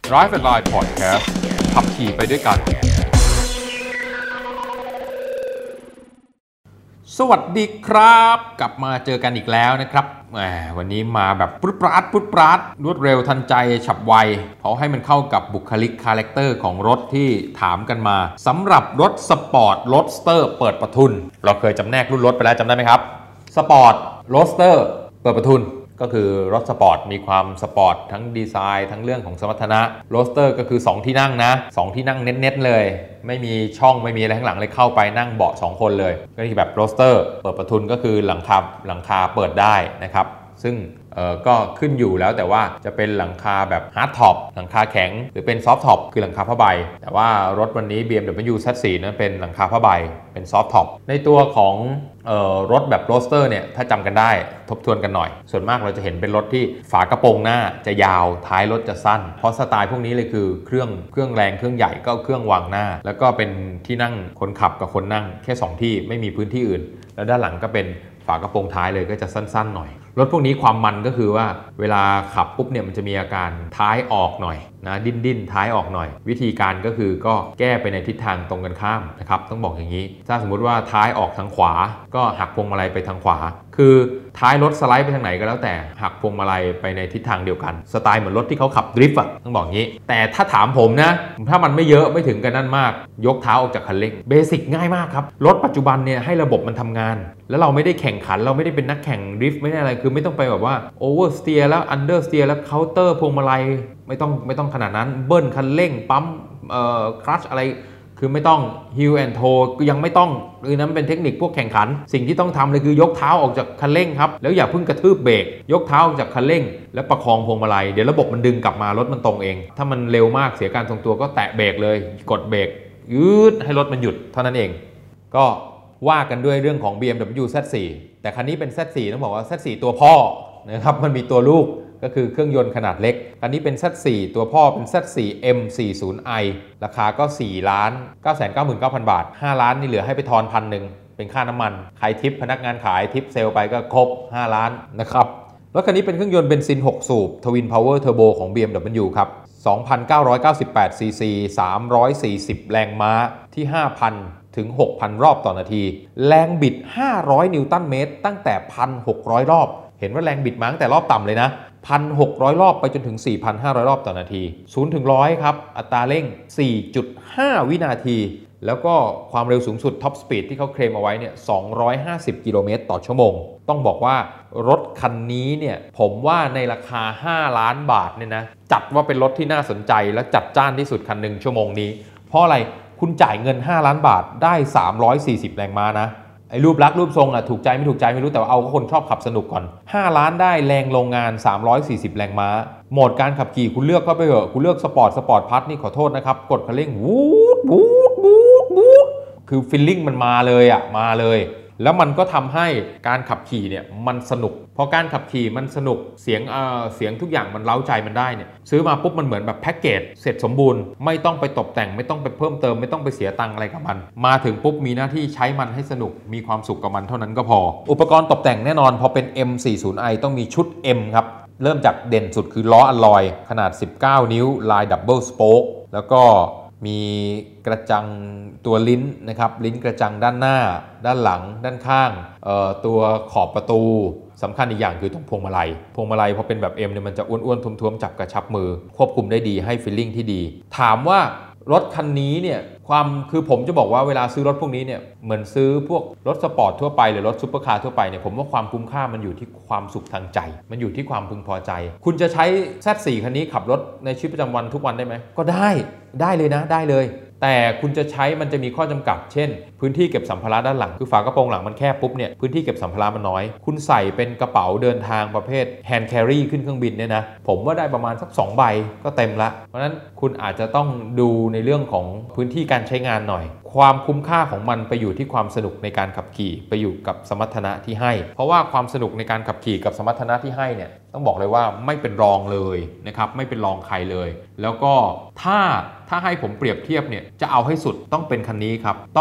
Drive and Line Podcast ขับขี่ไปด้วยกันสวัสดีครับกลับมาเจอกันอีกแล้วนะครับวันนี้มาแบบปุ๊บปราดรวดเร็วทันใจฉับไวเพราะให้มันเข้ากับบุคลิกคาแรคเตอร์ของรถที่ถามกันมาสำหรับรถสปอร์ตโรดสเตอร์เปิดประทุนเราเคยจำแนกรุ่นรถไปแล้วจำได้ไหมครับสปอร์ตโรดสเตอร์เปิดประทุนก็คือรถสปอร์ตมีความสปอร์ตทั้งดีไซน์ทั้งเรื่องของสมรรถนะโรดสเตอร์ก็คือ2ที่นั่งนะ2ที่นั่งเน้นๆเลยไม่มีช่องไม่มีอะไรข้างหลังเลยเข้าไปนั่งเบาะ2คนเลยก็คือแบบโรดสเตอร์เปิดประทุนก็คือหลังคาเปิดได้นะครับซึ่งก็ขึ้นอยู่แล้วแต่ว่าจะเป็นหลังคาแบบฮาร์ดท็อปหลังคาแข็งหรือเป็นซอฟท์ท็อปคือหลังคาผ้าใบแต่ว่ารถวันนี้ BMW Z4 นั้นเป็นหลังคาผ้าใบเป็นซอฟท์ท็อปในตัวของรถแบบโรดสเตอร์เนี่ยถ้าจำกันได้ทบทวนกันหน่อยส่วนมากเราจะเห็นเป็นรถที่ฝากระโปรงหน้าจะยาวท้ายรถจะสั้นเพราะสไตล์พวกนี้เลยคือเครื่องแรงเครื่องใหญ่ก็เครื่องวางหน้าแล้วก็เป็นที่นั่งคนขับกับคนนั่งแค่2ที่ไม่มีพื้นที่อื่นแล้วด้านหลังก็เป็นฝากระโปรงท้ายเลยก็จะสั้นๆหน่อยรถพวกนี้ความมันก็คือว่าเวลาขับปุ๊บเนี่ยมันจะมีอาการท้ายออกหน่อยนะดิ้นท้ายออกหน่อยวิธีการก็คือก็แก้ไปในทิศทางตรงกันข้ามนะครับต้องบอกอย่างนี้ถ้าสมมุติว่าท้ายออกทางขวาก็หักพวงมาลัยไปทางขวาคือท้ายรถสไลด์ไปทางไหนก็แล้วแต่หักพวงมาลัยไปในทิศทางเดียวกันสไตล์เหมือนรถที่เขาขับดริฟต์ต้องบอกอย่างนี้แต่ถ้าถามผมนะถ้ามันไม่เยอะไม่ถึงกันนั่นมากยกเท้าออกจากคันเร่งเบสิกง่ายมากครับรถปัจจุบันเนี่ยให้ระบบมันทำงานแล้วเราไม่ได้แข่งขันเราไม่ได้เป็นนักแข่งดริฟต์ไม่ได้อะไรคือไม่ต้องไปแบบว่าโอเวอร์สเตียร์แล้วอันเดอร์สเตียร์แล้วเคาน์เตอร์พวงมาลัยไม่ต้องขนาดนั้นเบิ้ลคันเร่งปั๊มคลัตช์อะไรคือไม่ต้องฮิลแอนโทยังไม่ต้องนั้นเป็นเทคนิคพวกแข่งขันสิ่งที่ต้องทำเลยคือยกเท้าออกจากคันเร่งครับแล้วอย่าเพิ่งกระทืบเบรกยกเท้าออกจากคันเร่งแล้วประคองพวงมาลัยเดี๋ยวระบบมันดึงกลับมารถมันตรงเองถ้ามันเร็วมากเสียการทรงตัวก็แตะเบรกเลยกดเบรกยืดให้รถมันหยุดเท่านั้นเองก็ว่ากันด้วยเรื่องของ BMW Z4 แต่คันนี้เป็น Z4 ต้องบอกว่า Z4 ตัวพ่อนะครับมันมีตัวลูกก็คือเครื่องยนต์ขนาดเล็กอันนี้เป็น Z4 ตัวพ่อเป็น Z4 M40i ราคาก็ 4,999,000 บาท5ล้านนี่เหลือให้ไปทอน1,000เป็นค่าน้ำมันใครทิปพนักงานขายทิปเซลไปก็ครบ5ล้านนะครับรถคันนี้เป็นเครื่องยนต์เบนซิน6สูบ Twin Power Turbo ของ BMW ครับ 2,998 ซีซี340 แรงม้าที่ 5,000 ถึง 6,000 รอบต่อนาทีแรงบิด500 นิวตันเมตรตั้งแต่ 1,600 รอบเห็นว่าแรงบิดมาตั้งแต่รอบต่ำเลยนะ 1,600 รอบไปจนถึง 4,500 รอบต่อนาที0ถึง100ครับอัตราเร่ง 4.5 วินาทีแล้วก็ความเร็วสูงสุดท็อปสปีดที่เขาเคลมเอาไว้เนี่ย250 กิโลเมตรต่อชั่วโมงต้องบอกว่ารถคันนี้เนี่ยผมว่าในราคา5ล้านบาทเนี่ยนะจัดว่าเป็นรถที่น่าสนใจและจัดจ้านที่สุดคันหนึ่งชั่วโมงนี้เพราะอะไรคุณจ่ายเงิน5ล้านบาทได้340แรงม้านะไอ้รูปลักษณ์รูปทรงอ่ะถูกใจไม่ถูกใจไม่รู้แต่ว่าเอาคนชอบขับสนุกก่อน5ล้านได้แรงโรงงาน340แรงม้าโหมดการขับขี่คุณเลือกเข้าไปเถอะคุณเลือกสปอร์ตพัทนี่ขอโทษนะครับกดคันเร่งวูดคือฟีลลิ่งมันมาเลยอ่ะมาเลยแล้วมันก็ทำให้การขับขี่เนี่ยมันสนุกพอการขับขี่มันสนุกเสียงทุกอย่างมันเร้าใจมันได้เนี่ยซื้อมาปุ๊บมันเหมือนแบบแพ็กเกจเสร็จสมบูรณ์ไม่ต้องไปตกแต่งไม่ต้องไปเพิ่มเติมไม่ต้องไปเสียตังค์อะไรกับมันมาถึงปุ๊บมีหน้าที่ใช้มันให้สนุกมีความสุขกับมันเท่านั้นก็พออุปกรณ์ตกแต่งแน่นอนพอเป็น M40i ต้องมีชุด M ครับเริ่มจากเด่นสุดคือล้ออลลอยขนาด19นิ้วลายดับเบิลสโป๊กแล้วก็มีกระจังตัวลิ้นนะครับลิ้นกระจังด้านหน้าด้านหลังด้านข้างตัวขอบประตูสำคัญอีกอย่างคือตรงพวงมาลัยพอเป็นแบบ M เนี่ยมันจะอ้วนๆท้วมๆจับกระชับมือควบคุมได้ดีให้ฟีลลิ่งที่ดีถามว่ารถคันนี้เนี่ยคือผมจะบอกว่าเวลาซื้อรถพวกนี้เนี่ยเหมือนซื้อพวกรถสปอร์ตทั่วไปหรือรถซุปเปอร์คาร์ทั่วไปเนี่ยผมว่าความคุ้มค่ามันอยู่ที่ความสุขทางใจมันอยู่ที่ความพึงพอใจคุณจะใช้ Z4 คันนี้ขับรถในชีวิตประจำวันทุกวันได้ไหมก็ได้เลยนะได้เลยแต่คุณจะใช้มันจะมีข้อจำกัดเช่นพื้นที่เก็บสัมภาระด้านหลังคือฝากระโปรงหลังมันแคบปุ๊บเนี่ยพื้นที่เก็บสัมภาระมันน้อยคุณใส่เป็นกระเป๋าเดินทางประเภทแฮนด์แครี่ขึ้นเครื่องบินเนี่ยนะผมว่าได้ประมาณสัก2ใบก็เต็มละเพราะฉะนั้นคุณอาจจะต้องดูในเรื่องของพื้นที่การใช้งานหน่อยความคุ้มค่าของมันไปอยู่ที่ความสนุกในการขับขี่ไปอยู่กับสมรรถนะที่ให้เพราะว่าความสนุกในการขับขี่กับสมรรถนะที่ให้เนี่ยต้องบอกเลยว่าไม่เป็นรองเลยนะครับไม่เป็นรองใครเลยแล้วก็ถ้าให้ผมเปรียบเทียบเนี่ยจะเอาให้สุดต้องเป็นคันนี้ครับต้องไม่ลงไป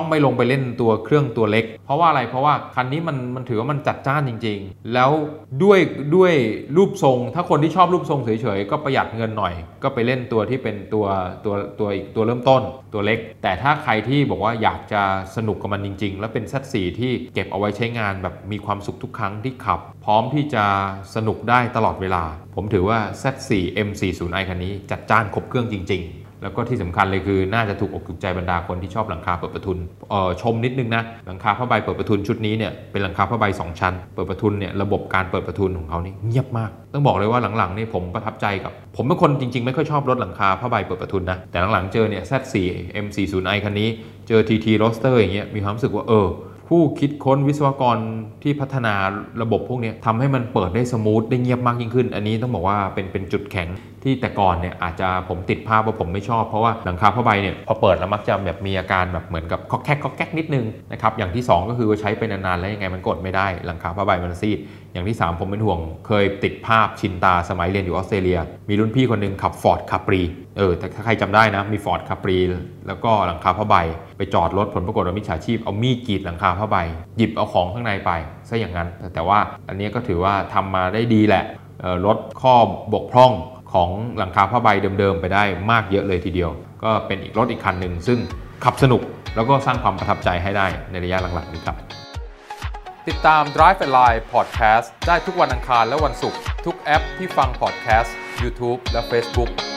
เล่นตัวเครื่องตัวเล็กเพราะว่าอะไรเพราะว่าคันนี้มันถือว่ามันจัดจ้านจริงๆแล้วด้วยรูปทรงถ้าคนที่ชอบรูปทรงเฉยๆก็ประหยัดเงินหน่อยก็ไปเล่นตัวที่เป็นตัวอีกตัวเริ่มต้นตัวเล็กแต่ถ้าใครที่บอกว่าอยากจะสนุกกับมันจริงๆแล้วเป็น Z4 ที่เก็บเอาไว้ใช้งานแบบมีความสุขทุกครั้งที่ขับพร้อมที่จะสนุกได้ตลอดเวลาผมถือว่า Z4 M40i คันนี้จัดจ้านครบเครื่องจริงๆแล้วก็ที่สำคัญเลยคือน่าจะถูกอกถูกใจบรรดาคนที่ชอบหลังคาเปิดประทุนชมนิดนึงนะหลังคาผ้าใบเปิดประทุนชุดนี้เนี่ยเป็นหลังคาผ้าใบ2ชั้นเปิดประทุนเนี่ยระบบการเปิดประทุนของเขานี่เงียบมากต้องบอกเลยว่าหลังๆนี่ผมประทับใจกับผมเป็นคนจริงๆไม่ค่อยชอบรถหลังคาผ้าใบเปิดประทุนนะแต่หลังๆเจอเนี่ย Z4 M40i คันนี้เจอ TT Roadster อย่างเงี้ยมีความรู้สึกว่าผู้คิดค้นวิศวกรที่พัฒนาระบบพวกนี้ทำให้มันเปิดได้สมูทได้เงียบมากยิ่งขึ้นอันนี้ต้องบอกว่าเป็นจุดแข็งที่แต่ก่อนเนี่ยอาจจะผมติดภาพว่าผมไม่ชอบเพราะว่าหลังคาผ้าใบเนี่ยพอเปิดแล้วมักจะแบบมีอาการแบบเหมือนกับก๊อกแก๊กนิดนึงนะครับอย่างที่2ก็คือว่าใช้ไปนานๆแล้วยังไงมันกดไม่ได้หลังคาผ้าใบมันซีดอย่างที่3ผมเป็นห่วงเคยติดภาพชินตาสมัยเรียนอยู่ออสเตรเลียมีรุ่นพี่คนนึงขับ Ford Capri แต่ถ้าใครจำได้นะมี Ford Capri แล้วก็หลังคาผ้าใบไปจอดรถผลปรากฏว่ามิจฉาชีพเอามีดกรีดหลังคาผ้าใบหยิบเอาของข้างในไปซะอย่างนั้นแต่ว่าอันนี้ก็ถือว่าทำมาได้ดีแหละลดข้อบกพร่องของหลังคาผ้าใบเดิมๆไปได้มากเยอะเลยทีเดียวก็เป็นอีกรถอีกคันหนึ่งซึ่งขับสนุกแล้วก็สร้างความประทับใจให้ได้ในระยะหลังๆนี้ครับติดตาม Drive and Line Podcast ได้ทุกวันอังคารและวันศุกร์ทุกแอปที่ฟัง Podcast YouTube และ Facebook